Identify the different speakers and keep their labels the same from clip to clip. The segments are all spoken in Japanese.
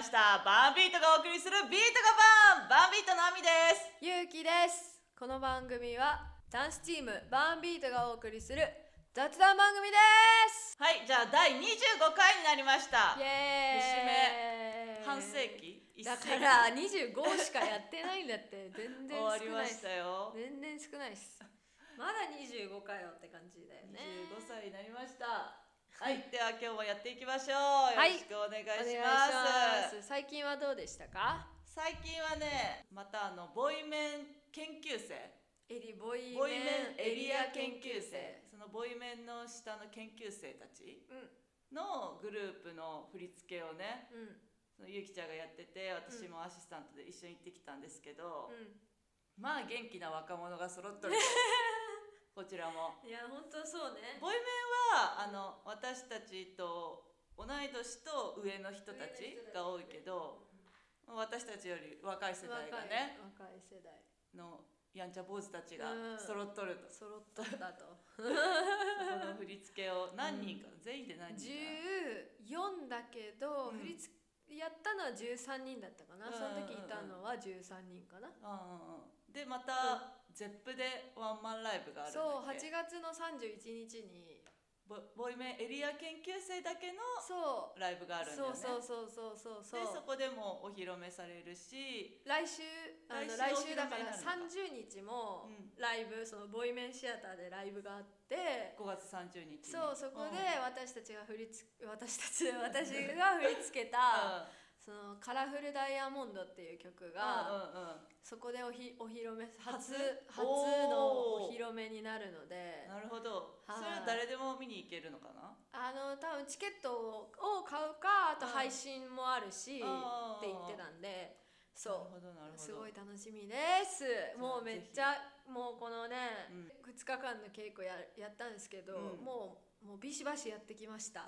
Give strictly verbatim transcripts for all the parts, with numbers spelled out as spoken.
Speaker 1: した。バンビートがお送りするビートがバンバンビートのあみです。
Speaker 2: ゆうきです。この番組はダンスチームバンビートがお送りする雑談番組です。
Speaker 1: はい、じゃあだいにじゅうごかいになりました。
Speaker 2: イエーイ。
Speaker 1: 節目半世紀
Speaker 2: だからにじゅうごしかやってないんだって。全然少ない。
Speaker 1: 終わりましたよ。
Speaker 2: 全然少ないっす。まだにじゅうごかよって感じだよね。
Speaker 1: にじゅうごさいになりました。はい、では今日もやっていきましょう。よろしくお願いします。
Speaker 2: はい、お願いします。最近はどうでしたか？
Speaker 1: 最近はね、またあのボイメン研究生、
Speaker 2: エリボイ
Speaker 1: ボイメン
Speaker 2: メン
Speaker 1: エリア研究生、そのボイメンの下の研究生たちのグループの振り付けをね、うん、そのゆきちゃんがやってて、私もアシスタントで一緒に行ってきたんですけど、うん、まあ元気な若者が揃っとるこちらも。
Speaker 2: いや本当そうね。
Speaker 1: ボイメンはあの私たちと同い年と上の人たちが多いけど、私たちより若い世代がね、
Speaker 2: 若い世代
Speaker 1: のやんちゃ坊主たちが揃っとると、
Speaker 2: うん、揃っとったと
Speaker 1: そこの振り付けを何人か、うん、全員で何人か
Speaker 2: じゅうよんだけど、うん、振り付けやったのはじゅうさんにんだったかな、うん、その時いたのはじゅうさんにんかな、
Speaker 1: うんうん、でまた、うん、ゼップでワンマンライブがあるんだっけ。
Speaker 2: そう、はちがつのさんじゅういちにちに
Speaker 1: ボ, ボイメンエリア研究生だけのライブがあるんだよね。
Speaker 2: そうそうそうそうそうそう。
Speaker 1: でそこでもお披露目されるし、
Speaker 2: 来週あの来週だからさんじゅうにちもライブ、うん、そのボイメンシアターでライブがあって、
Speaker 1: ごがつさんじゅうにちに
Speaker 2: そう、そこで私たちが振りつ私たち私が振り付けた、うん、そのカラフルダイヤモンドっていう曲が、うんうんうん、そこでおひお披露目初初のお披露目になるので。
Speaker 1: なるほど。それは誰でも見に行けるのかな？
Speaker 2: あの多分チケットを買うか、あと配信もあるしって言ってたんで、そう、すごい楽しみです。もうめっちゃもうこのね、うん、ふつかかんの稽古 や, やったんですけど、うん、もうもうビシバシやってきました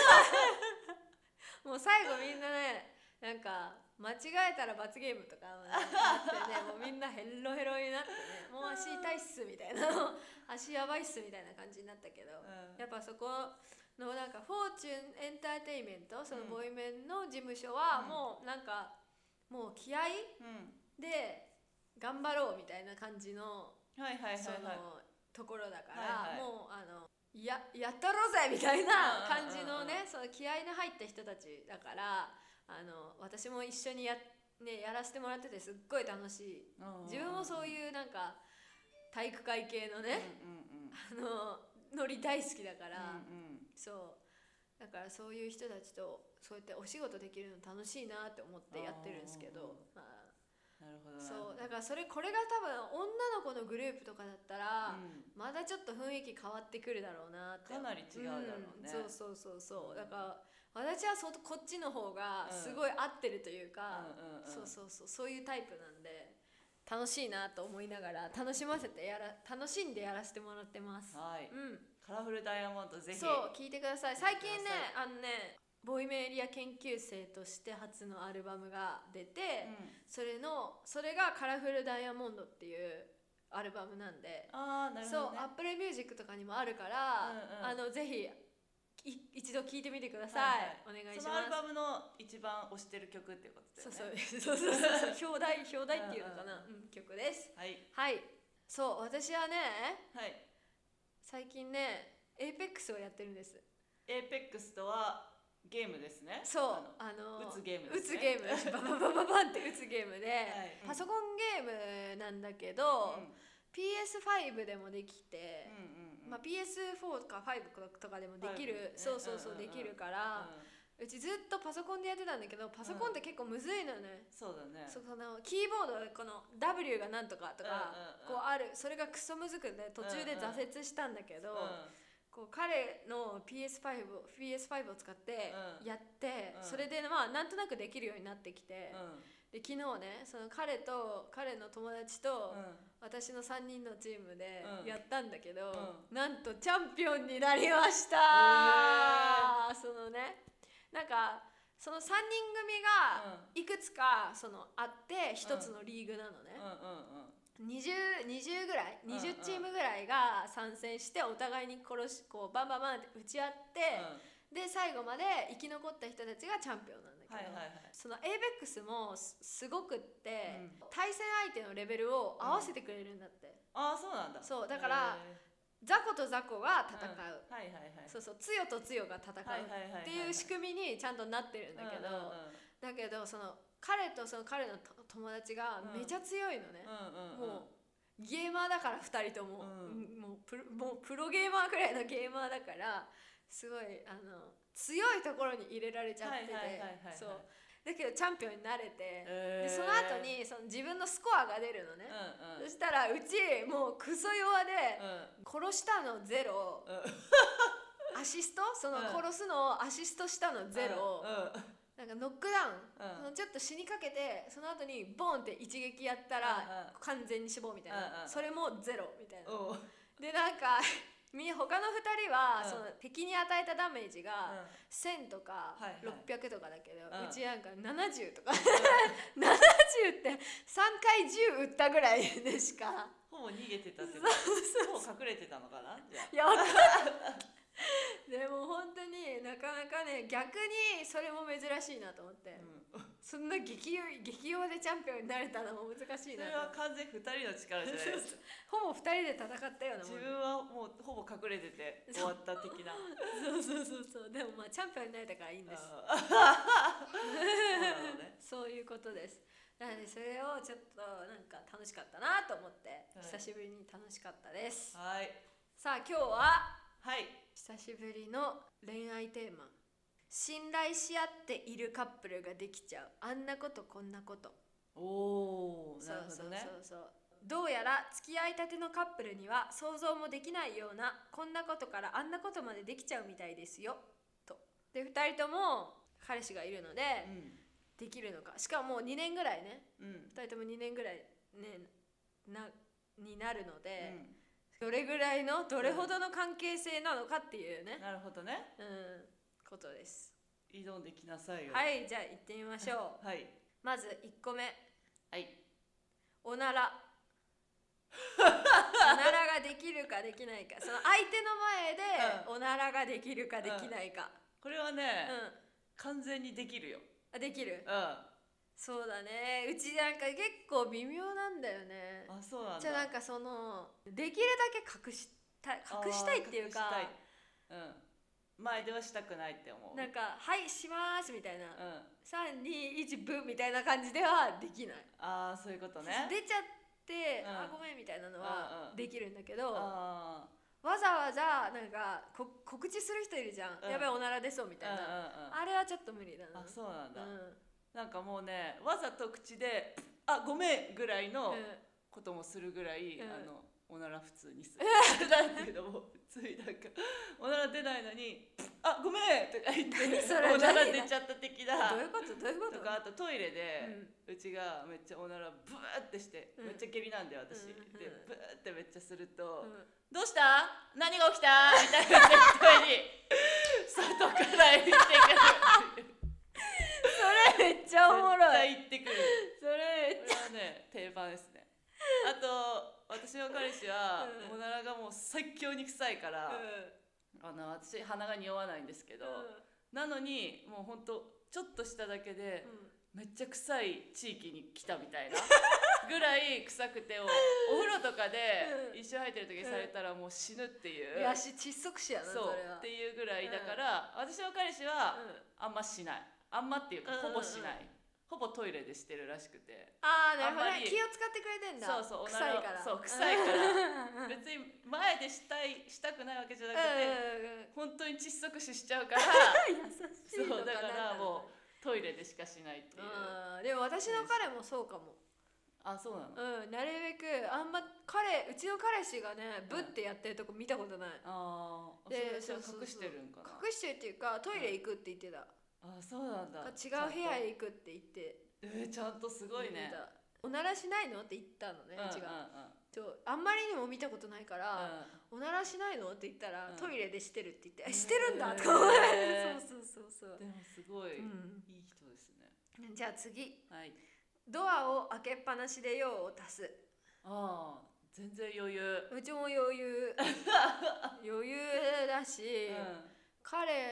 Speaker 2: もう最後みんなね、なんか間違えたら罰ゲームとかも、ね、あってね、もうみんなヘロヘロになってね、もう足痛いっすみたいな足やばいっすみたいな感じになったけど、うん、やっぱそこのなんかフォーチュンエンターテインメント、そのボイメンの事務所はもうなんかもう気合で頑張ろうみたいな感じのそのところだから、はいはい、もうあのややったろうぜみたいな感じのね、その気合の入った人たちだから、あの私も一緒に や,、ね、やらせてもらっててすっごい楽しい。自分もそういうなんか体育会系のね、うんうんうん、あのノリ大好きだから、うんうん、そうだからそういう人たちとそうやってお仕事できるの楽しいなって思ってやってるんですけど、まあ、
Speaker 1: なるほど。
Speaker 2: そうだからそれこれが多分女の子のグループとかだったら、うん、まだちょっと雰囲気変わってくるだろうなって。
Speaker 1: かなり違うだろうね、
Speaker 2: うん、そうそうそうそう。だから私はそこっちの方がすごい合ってるというか、うんうんうんうん、そうそうそうそういうタイプなんで楽しいなと思いながら楽しませてやら楽しんでやらせてもらってます。
Speaker 1: はい、
Speaker 2: うん、
Speaker 1: カラフルダイヤモンドぜひ
Speaker 2: そう聞いてください。最近ねあのねボイメンエリア研究生として初のアルバムが出て、うん、それのそれがカラフルダイヤモンドっていうアルバムなんで、
Speaker 1: あーなるほどね、
Speaker 2: そう Apple Music とかにもあるから、うんうん、あのぜひ一度聴いてみてください、はいはい、お願いします。
Speaker 1: そのアルバムの一番推してる曲っていうことだよね。
Speaker 2: そうそうそうそう表題表題っていうのかな、うんうんうん、曲です。
Speaker 1: はい、
Speaker 2: はい、そう私はね、
Speaker 1: はい、
Speaker 2: 最近ね エーペックス をやってるんです。
Speaker 1: エーペックス とはゲームですね。
Speaker 2: そうあの
Speaker 1: 打つゲームですね。
Speaker 2: 打つゲームバババババンって打つゲームで、はい、パソコンゲームなんだけど、うん、ピーエスファイブ でもできて、うんうんうん、まあ、ピーエスフォー とかごとかでもできる、ね、そうそうそう、うんうんうん、できるから、うん、うちずっとパソコンでやってたんだけど、パソコンって結構むずいのね、
Speaker 1: うん、そうだね。
Speaker 2: そこのキーボードでこの ダブリュー がなんとかとか、うんうんうん、こうある、それがクソむずくて途中で挫折したんだけど、うんうん、こう彼の ピーエスファイブ を ピーエスファイブ を使ってやって、うん、それでまあなんとなくできるようになってきて、うん、で昨日ねその彼と彼の友達と、うん、私のさんにんのチームでやったんだけど、うん、なんとチャンピオンになりました、えー、そのねなんかそのさんにん組がいくつかそのあってひとつのリーグなのね、うんうんうん、にじゅう, にじゅうぐらいにじゅうチームぐらいが参戦してお互いに殺しこうバンバンバンって打ち合って、うん、で最後まで生き残った人たちがチャンピオンなんだけけど、
Speaker 1: はいはいはい、
Speaker 2: その エイベックス も す, すごくって、
Speaker 1: うん、
Speaker 2: 対戦相手のレベルを合わせてくれるんだって、
Speaker 1: うん、ああそうなんだ。
Speaker 2: そうだから雑魚と雑魚が戦う、うん、
Speaker 1: はいはいはい、
Speaker 2: そうそう強と強が戦うっていう仕組みにちゃんとなってるんだけど、うんうんうん、だけどその彼とその彼の友達がめちゃ強いのね、うんうんうん、もうゲーマーだからふたりとも、うん、もうプロ、もうプロゲーマーくらいのゲーマーだからすごいあの強いところに入れられちゃってて、そうだけどチャンピオンになれて、でその後にその自分のスコアが出るのね、うんうん、そしたらうちもうクソ弱で、うん、殺したのゼロ、うん、アシストその殺すのをアシストしたのゼロ、うんうん、なんかノックダウン、うん、ちょっと死にかけてその後にボンって一撃やったら完全に死亡みたいな、うん、それもゼロみたいな、うん、でなんか他のふたりは、うん、その敵に与えたダメージがせんとかろっぴゃくとかだけど、はいはい、うちなんかななじゅうとか、うん、ななじゅうってさんかいじゅう撃ったぐらいでしか
Speaker 1: ほぼ逃げてたってことほぼ隠れてたのかなじゃあ
Speaker 2: いやわかんないでも本当になかなかね逆にそれも珍しいなと思って、うん、そんな激弱激弱でチャンピオンになれたのも難しいなと。
Speaker 1: それは完全ふたりの力じゃないですか
Speaker 2: ほぼふたりで戦ったようなもん。
Speaker 1: 自分はもうほぼ隠れてて終わった的な
Speaker 2: そうそうそうそうでもまあチャンピオンになれたからいいんですそう、ね、そういうことです。なのでそれをちょっとなんか楽しかったなと思って、はい、久しぶりに楽しかったです。
Speaker 1: はい。
Speaker 2: さあ今日は
Speaker 1: はい、
Speaker 2: 久しぶりの恋愛テーマ、信頼し合っているカップルができちゃうあんなことこんなこと。
Speaker 1: おー、なるほどね。
Speaker 2: そうそうそうそう。どうやら付き合いたてのカップルには想像もできないようなこんなことからあんなことまでできちゃうみたいですよと。でふたりとも彼氏がいるので、うん、できるのか。しかももうにねんぐらいね、うん、ふたりともにねんぐらいねなになるので、うんどれぐらいのどれほどの関係性なのかっていうね、
Speaker 1: なるほどね、
Speaker 2: うん、ことです。
Speaker 1: 挑んできなさいよ。
Speaker 2: はい、じゃあ行ってみましょう。
Speaker 1: はい。
Speaker 2: まずいっこめ、
Speaker 1: はい、
Speaker 2: おならおならができるかできないか、その相手の前でおならができるかできないか、うん、
Speaker 1: これはね、うん、完全にできるよ。
Speaker 2: あ、できる、
Speaker 1: うん
Speaker 2: そうだね。うちなんか結構微妙なんだよね。
Speaker 1: あ、そうなんだ。
Speaker 2: じゃあなんかそのできるだけ隠した隠したいっていうか、
Speaker 1: うん、前ではしたくないって思う。
Speaker 2: なんかはいしますみたいな、うん、さんにいちブンみたいな感じではできない。
Speaker 1: ああそういうことね。
Speaker 2: 出ちゃって、うん、あごめんみたいなのはできるんだけど、うん、わざわざなんかこ告知する人いるじゃん、うん、やばいおなら出そうみたいな、うんうんうん、あれはちょっと無理だな。
Speaker 1: あ、そうなんだ、うん、なんかもうねわざと口であごめんぐらいのこともするぐらい、うん、あのおなら普通にするなんていうのも普通になんかおなら出ないのにあごめんとか言っておなら出ちゃった的な。
Speaker 2: どういうことどういうこと
Speaker 1: とかあとトイレで、うん、うちがめっちゃおならブーってして、うん、めっちゃ下痢なんだよ私、うん、でブーってめっちゃすると、うん、どうした何が起きたみたいな絶対に外から言ってくる
Speaker 2: それめっちゃおもろい。
Speaker 1: 絶対言ってくる。
Speaker 2: それめっちゃ
Speaker 1: これはね定番ですね。あと私の彼氏は、うん、おならがもう最強に臭いから、うん、あの私鼻が匂わないんですけど、うん、なのにもうほんとちょっとしただけで、うん、めっちゃ臭い地域に来たみたいなぐらい臭くてお風呂とかで一生入ってる時にされたらもう死ぬっていう、
Speaker 2: いやし窒息死やな。
Speaker 1: そう
Speaker 2: それは
Speaker 1: っていうぐらいだから、私の彼氏はあんましない、あんまっていうかほぼしない、うんうんうん、ほぼトイレでしてるらしくて。
Speaker 2: ああなるほどね、気を使ってくれてんだ。
Speaker 1: そうそう、おなら臭いからそう臭いから別に前でしたいしたくないわけじゃなくて、うん、本当に窒息死しちゃうから
Speaker 2: 優しいのかな。
Speaker 1: そうだからもうトイレでしかしないっていう。
Speaker 2: あでも私の彼もそうかも。
Speaker 1: あ、そうなの。
Speaker 2: うん、なるべくあんま彼うちの彼氏がねブッてやってるとこ見たことない。
Speaker 1: ああでそれ隠してるんかな。
Speaker 2: 隠してるっていうかトイレ行くって言ってた。
Speaker 1: あ、そうなんだ。
Speaker 2: 違う部屋へ行くって言って。
Speaker 1: えー、ちゃんとすごいね。
Speaker 2: おならしないのって言ったのね、うちが。あんまりにも見たことないから、うん、おならしないのって言ったら、うん、トイレでしてるって言って、えー、してるんだとか思って、そうそうそうそう。
Speaker 1: でもすごい、うん、いい人ですね。
Speaker 2: じゃあ次、
Speaker 1: はい、
Speaker 2: ドアを開けっぱなしで用を足す。
Speaker 1: ああ、全然余裕。
Speaker 2: うちも余裕余裕だし、うん、彼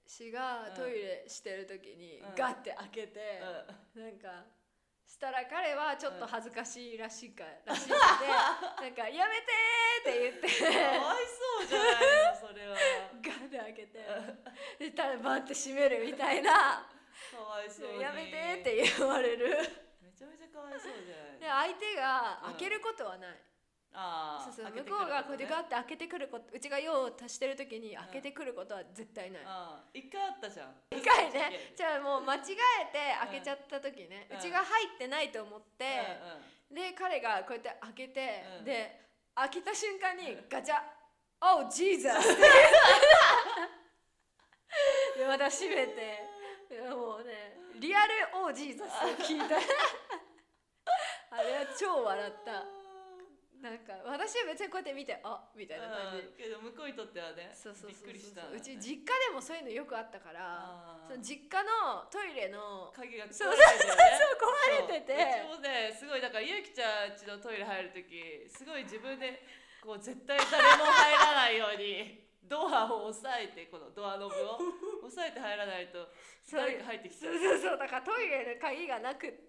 Speaker 2: 私がトイレしてる時に
Speaker 1: うん
Speaker 2: ガッて開けて、
Speaker 1: うん
Speaker 2: なんかしたら彼はちょっと恥ずかしいらしいか、らしいのでなんかやめてーって言って
Speaker 1: かわいそうじゃないのそれは。
Speaker 2: ガッて開けてでたらバンって閉めるみたいな
Speaker 1: かわいそうに。
Speaker 2: やめてーって言われる。
Speaker 1: めちゃめちゃかわいそうじゃ
Speaker 2: で
Speaker 1: ない。
Speaker 2: 相手が開けることはない、
Speaker 1: ああ。
Speaker 2: そうそう、
Speaker 1: 開けて
Speaker 2: 向こうがこう
Speaker 1: くるとね
Speaker 2: やってガッて開けてくること、うちが用を足してる時に開けてくることは絶対ない。
Speaker 1: ああ、一回あったじゃん。
Speaker 2: 一回ね、じゃあもう間違えて開けちゃった時ね、
Speaker 1: うん
Speaker 2: うちが入ってないと思って、
Speaker 1: うん
Speaker 2: で彼がこうやって開けて、
Speaker 1: うん
Speaker 2: で開けた瞬間にガチャ「Oh Jesus!」でまた閉めて、いやもうねリアル「Oh Jesus!」聞いたあれは超笑った。なんか私は別にこうやって見てあみたいな感じ、
Speaker 1: うん、けど向こうにとってはね、
Speaker 2: そうそうそうそう、
Speaker 1: びっくりしたんだね。
Speaker 2: うち実家でもそういうのよくあったから、
Speaker 1: あー
Speaker 2: その実家のトイレの
Speaker 1: 鍵が壊
Speaker 2: そう
Speaker 1: れてるよね。
Speaker 2: そう壊れてて、
Speaker 1: そううちもねすごいだからゆうきちゃん家のトイレ入るときすごい自分でこう絶対誰も入らないようにドアを押さえて、このドアノブを押さえて入らないと誰か入ってきちゃう。
Speaker 2: そうそうそう、だからトイレの鍵がなくって、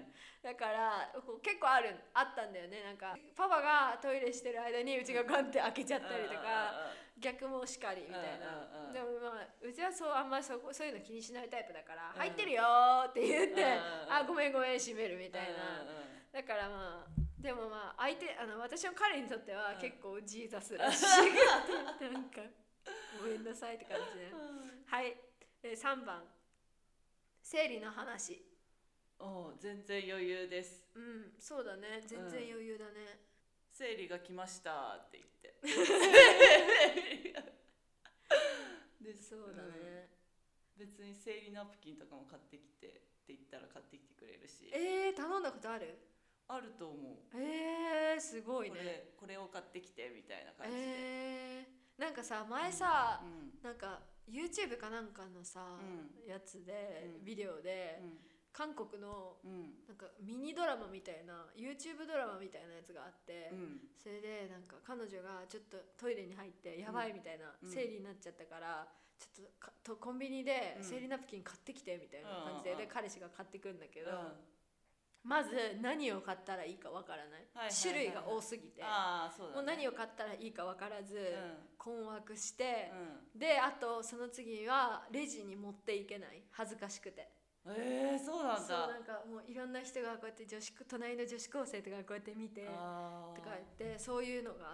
Speaker 2: うん、だからこう結構あるあったんだよね。なんかパパがトイレしてる間にうちがガンって開けちゃったりとか、逆もしかりみたいな。でもまあうちはそうあんまり そ, そういうの気にしないタイプだから「入ってるよ」って言って「あごめんごめん閉める」みたいな。だからまあでもまあ相手あの私の彼にとっては結構ジーザスらしいなんかごめんなさいって感じね。はい、えー、さんばん生理の話。
Speaker 1: お全然余裕です。
Speaker 2: うん、そうだね、全然余裕だね、うん、
Speaker 1: 生理が来ましたって言って
Speaker 2: でそうだね、
Speaker 1: うん、別に生理ナプキンとかも買ってきてって言ったら買ってきてくれるし。
Speaker 2: えー、頼んだことある？
Speaker 1: あると思う。
Speaker 2: えー、すごいね。
Speaker 1: これ、これを買ってきてみたいな感じで、
Speaker 2: えー、なんかさ前さ、
Speaker 1: うんうん、
Speaker 2: なんか YouTube かなんかのさ、うん、やつで、うん、ビデオで、うん、韓国の、うん、なんかミニドラマみたいな YouTube ドラマみたいなやつがあって、うん、それでなんか彼女がちょっとトイレに入ってやばいみたいな、うん、生理になっちゃったからちょっとかとコンビニで生理ナプキン買ってきてみたいな感じで、うん、で彼氏が買ってくんだけど、うん、まず何を買ったらいいかわからない、はいはいはいはい、種類が多すぎて、
Speaker 1: あ、そうだね、
Speaker 2: もう何を買ったらいいかわからず、うん、困惑して、
Speaker 1: うん、
Speaker 2: であとその次はレジに持っていけない、恥ずかしくて。
Speaker 1: えー、そうなんだ。
Speaker 2: そうなんかもういろんな人がこうやって女子隣の女子高生とかこうやって見てとか言ってそういうのがあって、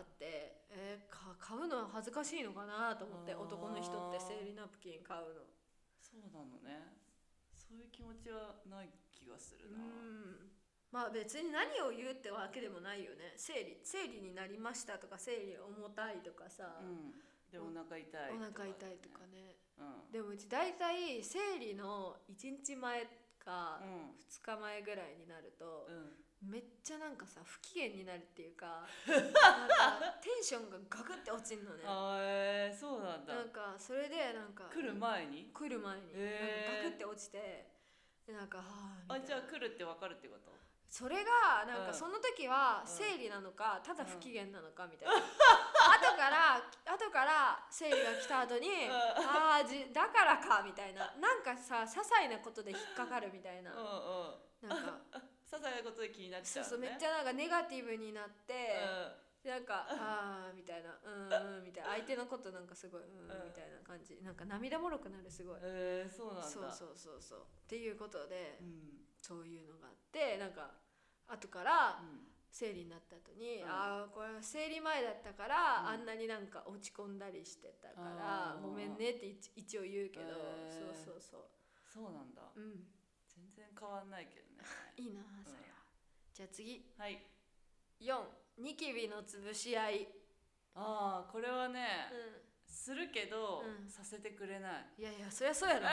Speaker 2: えー、か買うのは恥ずかしいのかなと思って、男の人って生理ナプキン買うの。
Speaker 1: そうなのね。そういう気持ちはない気がするな。うん、
Speaker 2: まあ別に何を言うってわけでもないよね。生理生理になりましたとか生理重たいとかさ、うん、
Speaker 1: でお腹痛いとか、ね、
Speaker 2: お腹痛いとかね、
Speaker 1: うん、
Speaker 2: でもうち大体生理のいちにちまえかふつかまえぐらいになると、うん、めっちゃなんかさ不機嫌になるっていうかなんかテンションがガクって落ちんのね。
Speaker 1: あ、えー、そうなんだ。
Speaker 2: なんかそれでなんか
Speaker 1: 来る前に
Speaker 2: 来る前に、えー、なんかガクって落ちてでなんかは
Speaker 1: ああ、じゃあ来るって分かるってこと？
Speaker 2: それがなんかその時は生理なのか、うん、ただ不機嫌なのかみたいな、うん、後から後から生理が来た後に、うん、ああじだからかみたいな、なんかさ些細なことで引っかかるみたいな、うんうん、なんか
Speaker 1: 些細なことで気になっちゃう、ね、
Speaker 2: そうそう、めっちゃなんかネガティブになって、うん、なんかああみたいなうんうんみたいな、相手のことなんかすごいうん、うん、みたいな感じ、なんか涙もろくなるすごい。
Speaker 1: えー、そうなんだ。
Speaker 2: そうそうそうそうっていうことで、うん、そういうのがあってなんか後から生理になった後に、うん、ああこれ生理前だったから、うん、あんなになんか落ち込んだりしてたからごめんねって一応言うけど、えー、そうそうそう
Speaker 1: そうなんだ、うん、全然変わんないけどね
Speaker 2: いいなそれは、うん、じゃあ次、
Speaker 1: はい、
Speaker 2: よんニキビの潰し合い。
Speaker 1: ああこれはね、うん、するけど、うん、させてくれない。
Speaker 2: いやいやそりゃそうやろ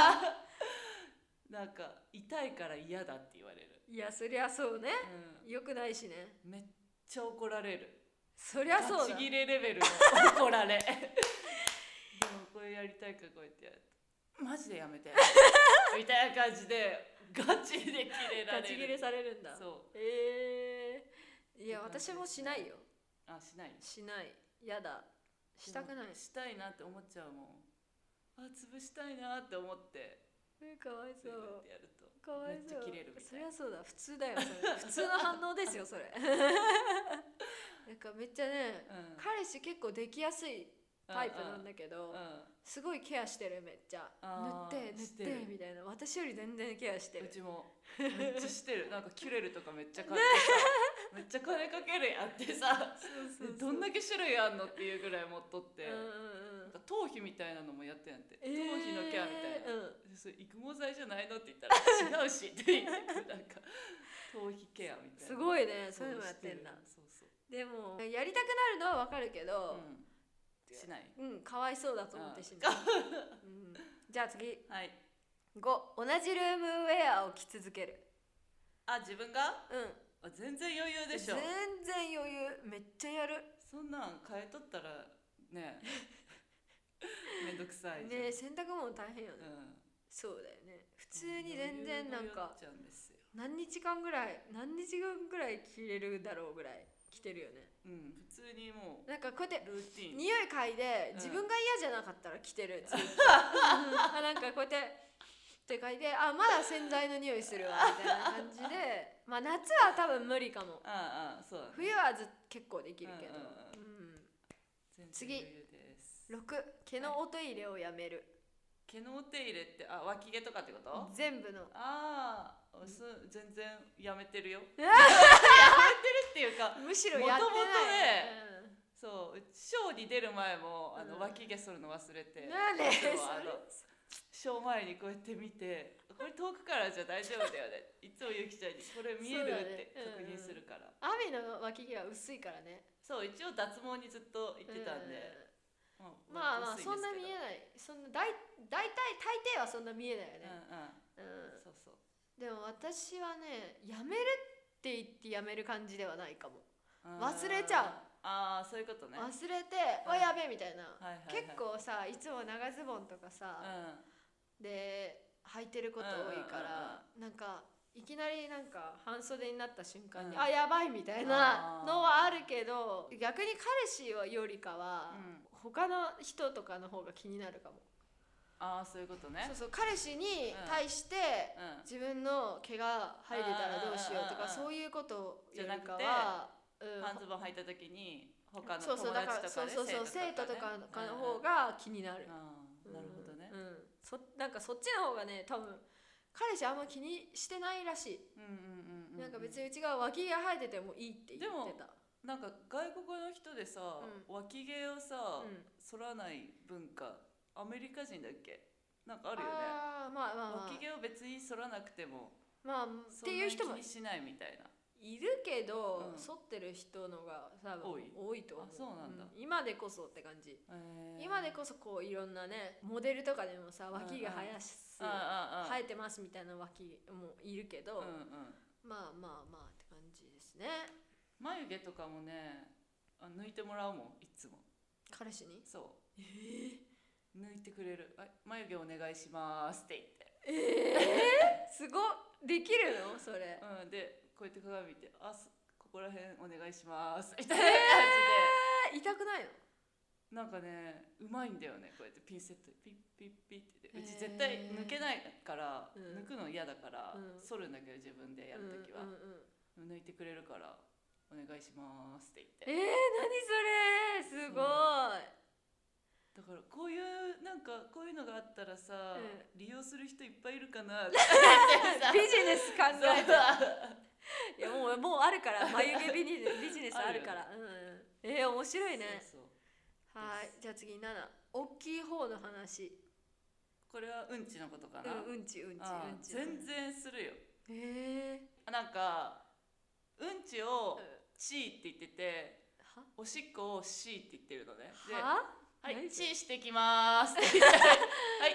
Speaker 1: なんか痛いから嫌だって言われる。
Speaker 2: いやそりゃそうね、うん、よくないしね。
Speaker 1: めっちゃ怒られる。
Speaker 2: そりゃそうだ。
Speaker 1: ガチギレレベルの怒られでもこれやりたいからこうやってやるとマジでやめてみたいな感じでガチでキレられる。
Speaker 2: ガチギレされるんだ。
Speaker 1: そう。
Speaker 2: えー、いや私もしないよ。
Speaker 1: あしない。
Speaker 2: しない。やだ。したくない。
Speaker 1: したいなって思っちゃうもん。 あ潰したいなって思って
Speaker 2: えかわいそ
Speaker 1: グー
Speaker 2: う
Speaker 1: ってやると
Speaker 2: かわいそう。
Speaker 1: めっちゃ切れるみたいな。
Speaker 2: そりゃそうだ、普通だよそれ。普通の反応ですよそれ。なんかめっちゃね、うん、彼氏結構できやすいタイプなんだけど、うんうん、すごいケアしてる。めっちゃ塗って塗ってみたいな。私より全然ケアしてる。
Speaker 1: うちもめっちゃしてる。なんかキュレルとかめっちゃ買ってさ、めっちゃ金かけるやんってさ、そうそうそう、どんだけ種類あんのっていうぐらい持っとって、うんうんうん、なんか頭皮みたいなのもやってんやって、えー、頭皮のケアみたいな、うん、それ育毛剤じゃないのって言ったら違うしって言ってなんか頭皮ケアみたいな。
Speaker 2: すごいね、そういうのやってんだ。そうそう。でもやりたくなるのはわかるけど、うん、
Speaker 1: しない。
Speaker 2: うん、かわいそうだと思ってしない。うん、じゃあ次。はい。ご、同じルームウェアを着続ける。
Speaker 1: あ、自分が？うん。あ、全然余裕でしょ。
Speaker 2: 全然余裕。めっちゃやる。
Speaker 1: そんなん変えとったらねめんどくさいじゃん。
Speaker 2: ね、洗濯物大変よね、うん、そうだよね。普通に全然なんか何日間ぐらい何日間ぐらい着れるだろうぐらい着てるよね。
Speaker 1: うん、普通にもう
Speaker 2: なんかこうやって匂い嗅いで自分が嫌じゃなかったら着てる、ずっとなんかこうやってって書いて、あ、まだ洗剤の匂いするわみたいな感じでまあ夏は多分無理かも。ああ、そうだね、冬はず結構できるけど、うんうんうんうん、次ろく、毛のお手入れをやめる。
Speaker 1: 毛のお手入れってあ脇毛とかってこと？
Speaker 2: 全部の。
Speaker 1: ああ、うん、全然やめてるよ。やめてるっていうか
Speaker 2: むしろやってない。もともとね、
Speaker 1: うん、そうショーに出る前もあの、うん、脇毛剃るの忘れて、
Speaker 2: なんで
Speaker 1: ショー前にこうやって見て、これ遠くからじゃ大丈夫だよね。いつもゆきちゃんにこれ見えるって確認するから。
Speaker 2: アミの脇毛は薄いからね。
Speaker 1: そう、一応脱毛にずっと行ってたんで、
Speaker 2: うん、まあまあそんな見えない。そんな大大体大抵はそんな見えないよね。うんうん。うん、そうそう。でも私はね、やめるって言ってやめる感じではないかも。忘れちゃう。
Speaker 1: ああ、そういうことね。
Speaker 2: 忘れて、あ、やべえみたいな、はいはいはい、結構さ、いつも長ズボンとかさ、うん、で履いてること多いから、うんうんうんうん、なんかいきなりなんか半袖になった瞬間に、うん、あ、やばいみたいなのはあるけど、逆に彼氏よりかは、うん、他の人とかの方が気になるかも。
Speaker 1: ああ、そういうことね。
Speaker 2: そうそう、彼氏に対して、うん、自分の毛が生えてたらどうしようとか、そういうことよりかは、
Speaker 1: うん、半ズボン履いた時に他の友達とかで、
Speaker 2: そうそうそう、生徒とかの方が気になる。
Speaker 1: うん、なるほどね、
Speaker 2: うん、そなんかそっちの方がね、多分彼氏あんま気にしてないらしい。うんうんうんうん、なんか別にうちが脇毛生えててもいいって言ってた。
Speaker 1: でもなんか外国の人でさ、うん、脇毛をさ、うん、剃らない文化、アメリカ人だっけ、なんかあるよね。あ、まあまあまあ、脇毛を別に剃らなくても、まあっていう人も気にしないみたいな。
Speaker 2: いるけど、うん、剃ってる人のが多分多いと思う。あ、そうなんだ、うん、今でこそって感じ、えー、今でこそこういろんなね、モデルとかでもさ、脇が生やす、生えてますみたいな脇もいるけど、うんうん、まあまあまあって感じですね。
Speaker 1: 眉毛とかもね、抜いてもらうもん、いつも
Speaker 2: 彼氏に。
Speaker 1: そう、えー、抜いてくれる。あ、眉毛お願いしますって言って、
Speaker 2: えー、すごっ、できるのそれ。
Speaker 1: うん、でこうやって鏡見て、あ、ここら辺お願いしますみたいな感
Speaker 2: じで、えー、痛くないの？
Speaker 1: なんかね、うまいんだよね、こうやってピンセットピッピッピッって。うち絶対抜けないから、うん、抜くの嫌だから、うん、剃るんだけど自分でやるときは、うんうんうん、抜いてくれるからお願いしますって言って。
Speaker 2: えー、何それ、すごい。
Speaker 1: だからこういうなんかこういうのがあったらさ、うん、利用する人いっぱいいるかなって
Speaker 2: ビジネス考えたいやもうもうあるから、眉毛ビジネスビジネスあるから、うん、えー、面白いね。そうそう、はい、じゃあ次なな、大きい方の話。
Speaker 1: これはうんちのことかな。
Speaker 2: うん、うんちうんちうんち。
Speaker 1: 全然するよ。
Speaker 2: へえー。
Speaker 1: なんかうんちをチーって言ってて、うん、おしっこをシーって言ってるのね。は？はい、シーしてきまーすはい、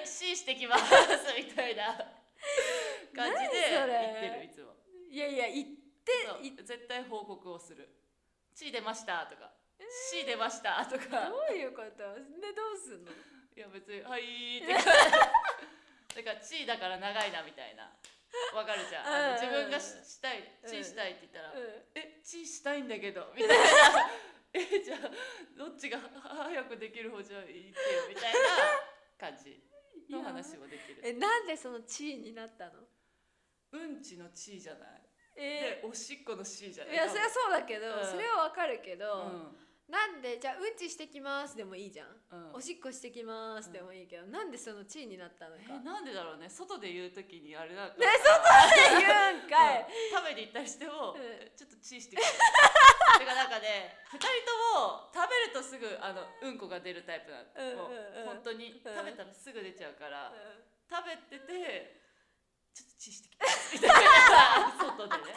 Speaker 1: シーしてきまーすみたいな感じで言ってる、いつも。
Speaker 2: いやいや、言って
Speaker 1: 絶対報告をする。チー出ましたとか、えー、シー出ましたとか。
Speaker 2: どういうこと？でどうすんの？
Speaker 1: いや別にはいーってだからチーだから長いなみたいな。わかるじゃん。あの自分がしたい、チーしたいって言ったら、うん、え、チーしたいんだけどみたいな。え、じゃあどっちが早くできる方じゃいいってよみたいな感じの話もできる。
Speaker 2: え、なんでその地位になったの？
Speaker 1: うんちの地位じゃない、
Speaker 2: えー、
Speaker 1: でおしっこの地位じゃない。
Speaker 2: いやそれはそうだけど、
Speaker 1: うん、
Speaker 2: それはわかるけど、
Speaker 1: うん
Speaker 2: なんでじゃあうんちしてきますでもいいじゃん、
Speaker 1: うん、
Speaker 2: おしっこしてきますでもいいけど、うん、なんでその地位になったのか。
Speaker 1: えなんでだろうね。外で言うときにあれだから、
Speaker 2: ね、外で言うんかい、
Speaker 1: うん、食べに行ったりしても、うん、ちょっとチーしてきててかなんかね、ふたりとも食べるとすぐあのうんこが出るタイプなの、うんうんうん、本当に、うん、食べたらすぐ出ちゃうから、うん、食べててちょっとチーしてきてみたいな外でね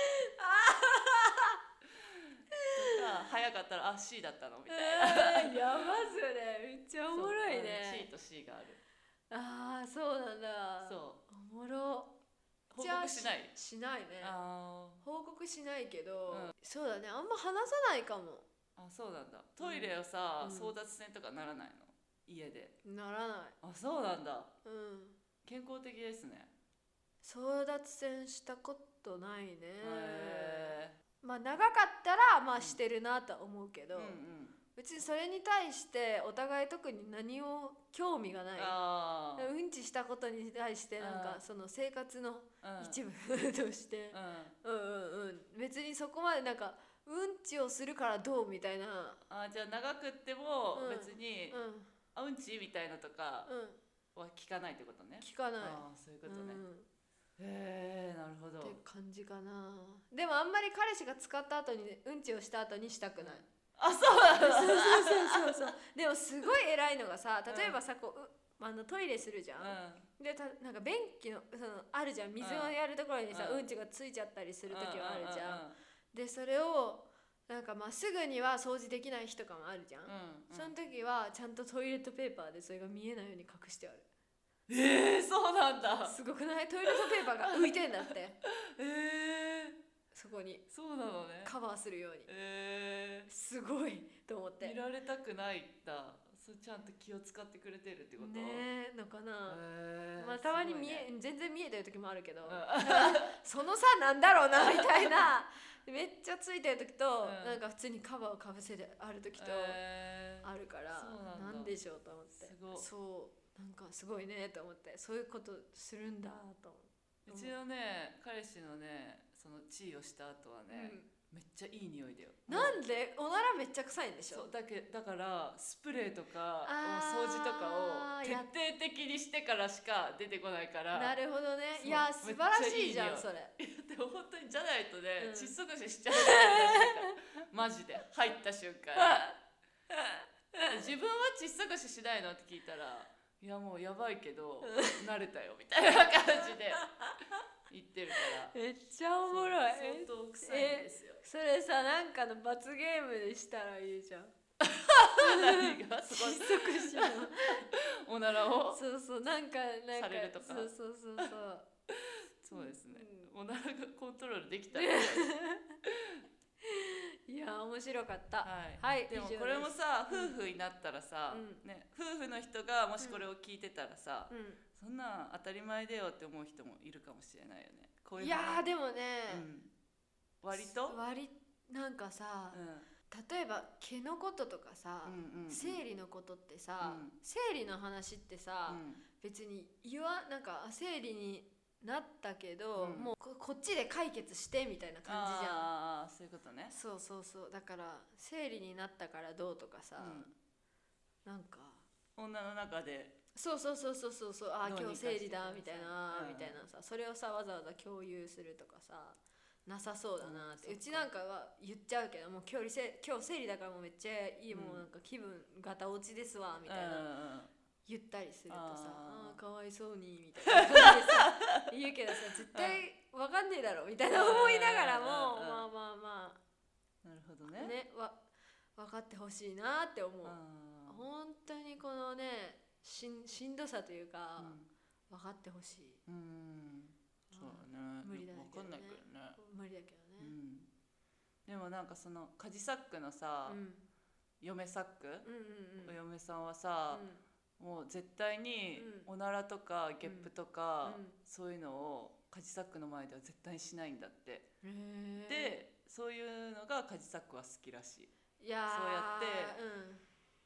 Speaker 1: 早かったらあ C だったのみたいな、
Speaker 2: えー、やばそれめっちゃおもろいね。
Speaker 1: C と C がある。
Speaker 2: ああそうなんだ。
Speaker 1: そう
Speaker 2: おもろ。
Speaker 1: 報告しない？
Speaker 2: しないね。
Speaker 1: あ
Speaker 2: 報告しないけど、うん、そうだね、あんま話さないかも。
Speaker 1: あそうなんだ。トイレをさ、
Speaker 2: うん、
Speaker 1: 争奪戦とかならないの？家で
Speaker 2: ならない。
Speaker 1: あそうなんだ、
Speaker 2: うん、
Speaker 1: 健康的ですね。
Speaker 2: 争奪戦したことないね。
Speaker 1: へー。
Speaker 2: まあ長かったらまあしてるなとは思うけど、うんうん、別にそれに対してお互い特に何を興味がない。あうんちしたことに対してなんかその生活の一部として、うんうんうん、別にそこまでなんかうんちをするからどうみたいな。
Speaker 1: あじゃあ長くっても別に、うんうん、あうんちみたいなとかは聞かないってことね。
Speaker 2: 聞かない。
Speaker 1: あそういうことね、うんへえなるほど
Speaker 2: って感じかな。でもあんまり彼氏が使った後に、ね、うんちをした後にしたくない、うん、
Speaker 1: あそうなんだ
Speaker 2: そうそうそうそうでもすごい偉いのがさ、例えばさこうあのトイレするじゃん、うん、でたなんか便器のそのあるじゃん、水をやるところにさ、うん、うんちがついちゃったりする時はあるじゃん、うんうんうんうん、でそれをなんかまあすぐには掃除できない日とかもあるじゃん、うんうん、その時はちゃんとトイレットペーパーでそれが見えないように隠してある。
Speaker 1: えー、そうなんだ。
Speaker 2: すごくない？トイレットペーパーが浮いてんだって
Speaker 1: えー、
Speaker 2: そこに
Speaker 1: そうなのね、
Speaker 2: カバーするように、
Speaker 1: えー、
Speaker 2: すごいと思って。
Speaker 1: 見られたくないんだ。そうちゃんと気を使ってくれてるってこと
Speaker 2: ねえのかな、
Speaker 1: えー、
Speaker 2: まあたまに見え、ね、全然見えてる時もあるけど、うん、その差なんだろうなみたいなめっちゃついてる時と、うん、なんか普通にカバーをかぶせてある時とあるから、えー、なんでしょうと思って。すごいそうなんかすごいねと思って、そういうことするんだと思って。
Speaker 1: うちのね彼氏のねその地位をした後はね、うん、めっちゃいい匂いだよ。
Speaker 2: なんで？おならめっちゃ臭いんでしょ。
Speaker 1: そうだけだからスプレーとか掃除とかを徹底的にしてからしか出てこないから。
Speaker 2: なるほどね。いや素晴らしいじゃんそれ。
Speaker 1: いやでも本当にじゃないとね、うん、窒息死しちゃうマジで入った瞬間自分は窒息死しないのって聞いたら、いやもうやばいけど慣れたよみたいな感じで言ってるから
Speaker 2: めっちゃおもろい。
Speaker 1: 相当臭いんですよ。
Speaker 2: それさなんかの罰ゲームでしたらいいじゃん
Speaker 1: 何が
Speaker 2: 窒息死の
Speaker 1: おならを
Speaker 2: そうそうなんかなんか
Speaker 1: されるとか。
Speaker 2: そうそうそうそう
Speaker 1: そうですね、うん、おならがコントロールできたら
Speaker 2: いや面白かった。
Speaker 1: はい、
Speaker 2: はい、
Speaker 1: でもこれもさ、うん、夫婦になったらさ、うんね、夫婦の人がもしこれを聞いてたらさ、うん、そんな当たり前だよって思う人もいるかもしれないよね。こういう
Speaker 2: いやーでもね、
Speaker 1: うん、割と
Speaker 2: 割なんかさ、うん、例えば毛のこととかさ、うんうんうん、生理のことってさ、うん、生理の話ってさ、うん、別に言わなんか生理になったけど、うん、もう こ, こっちで解決してみたいな感じじゃん。
Speaker 1: ああそういうことね。
Speaker 2: そうそうそうだから生理になったからどうとかさ、うん、なんか
Speaker 1: 女の中で
Speaker 2: そうそうそうそうそうそうあ今日生理だみたいな、うん、みたいなさ、それをさわざわざ共有するとかさなさそうだなって、うん、うちなんかは言っちゃうけど、もう今日今日生理だからもうめっちゃいい、うん、もうなんか気分ガタ落ちですわみたいな、うん言ったりするとさ、ああかわいそうにみたいな感じでさ言うけどさ絶対わかんねえだろみたいな思いながらもまあまあまあ
Speaker 1: なるほどね
Speaker 2: ねわ分かってほしいなって思う。本当にこのねし ん, しんどさというか、うん、分かってほしい。うん
Speaker 1: そうだね。
Speaker 2: 無理だけどね。
Speaker 1: 分かんないけどね。
Speaker 2: 無理だけどね、うん、
Speaker 1: でもなんかその家事サックのさ、うん、嫁サック、うんうんうん、お嫁さんはさ、うんもう絶対におならとかゲップとか、うん、そういうのをカジサックの前では絶対にしないんだって。でそういうのがカジサックは好きらしい。
Speaker 2: いや
Speaker 1: そうやって、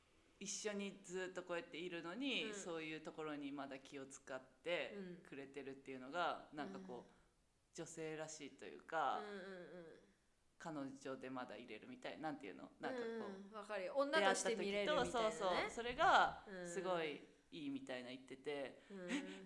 Speaker 1: 一緒にずっとこうやっているのに、
Speaker 2: うん、
Speaker 1: そういうところにまだ気を使ってくれてるっていうのが、うん、なんかこう、女性らしいというか、うんうんうん、彼女でまだ入れるみたいなんていうの、なんかこう、
Speaker 2: うんうん、分かるよ、女として見れるみたいなね、
Speaker 1: そうそうそう、それがすごいいいみたいな言ってて、うん、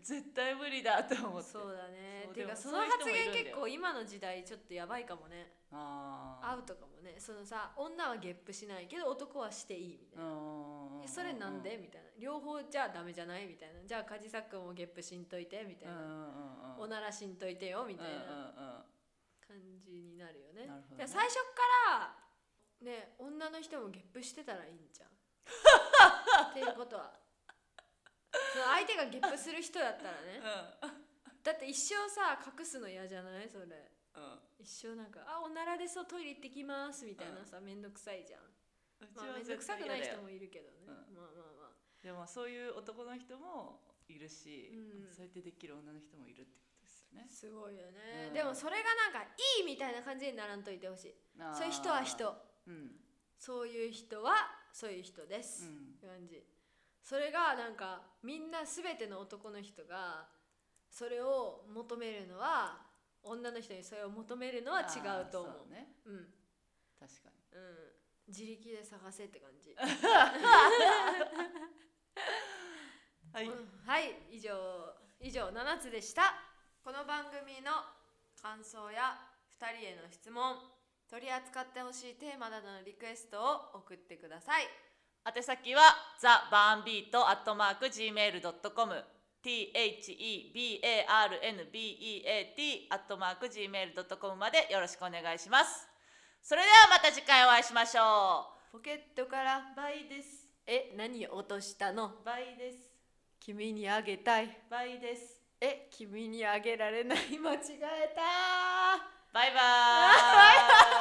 Speaker 1: 絶対無理だと思って。
Speaker 2: そうだね。ていうかその発言結構今の時代ちょっとやばいかもね。あアウトかもね。そのさ、女はゲップしないけど男はしていいみたいな。それなんでみたいな。両方じゃあダメじゃないみたいな。じゃあカジサックもゲップしんといてみたいな。おならしんといてよみたいな感じになるよね。ね、で最初からね、女の人もゲップしてたらいいんじゃん。っていうことは。その相手がゲップする人だったらね、うん、だって一生さ隠すの嫌じゃないそれ、うん、一生なんかあおならでそうトイレ行ってきますみたいなさ、うん、めんどくさいじゃん。まあめんどくさくない人もいるけどね、うん、まあまあまあ
Speaker 1: でもそういう男の人もいるし、うん、そうやってできる女の人もいるってことですよね。
Speaker 2: すごいよね、うん、でもそれがなんかいいみたいな感じにならんといてほしい。そういう人は人、うん、そういう人はそういう人です、うん、って感じ。それがなんかみんな全ての男の人がそれを求めるのは、女の人にそれを求めるのは違うと思う。そうね、うん、
Speaker 1: 確かに、
Speaker 2: うん、自力で探せって感じ。はい、うん、はい、以上以上ななつでした。この番組の感想やふたりへの質問、取り扱ってほしいテーマなどのリクエストを送ってください。
Speaker 1: 宛先は ザバーンビートアットマークジーメールドットコム ティーエイチイービーエーアールエヌビーイーエーティー アットマークジーメールドットコム までよろしくお願いします。それではまた次回お会いしましょ
Speaker 2: う。ポケットから
Speaker 1: 倍です。
Speaker 2: え、何落としたの？
Speaker 1: 倍です。
Speaker 2: 君にあげたい。
Speaker 1: 倍です。
Speaker 2: え、君にあげられない。間違えた。
Speaker 1: バイバーイ。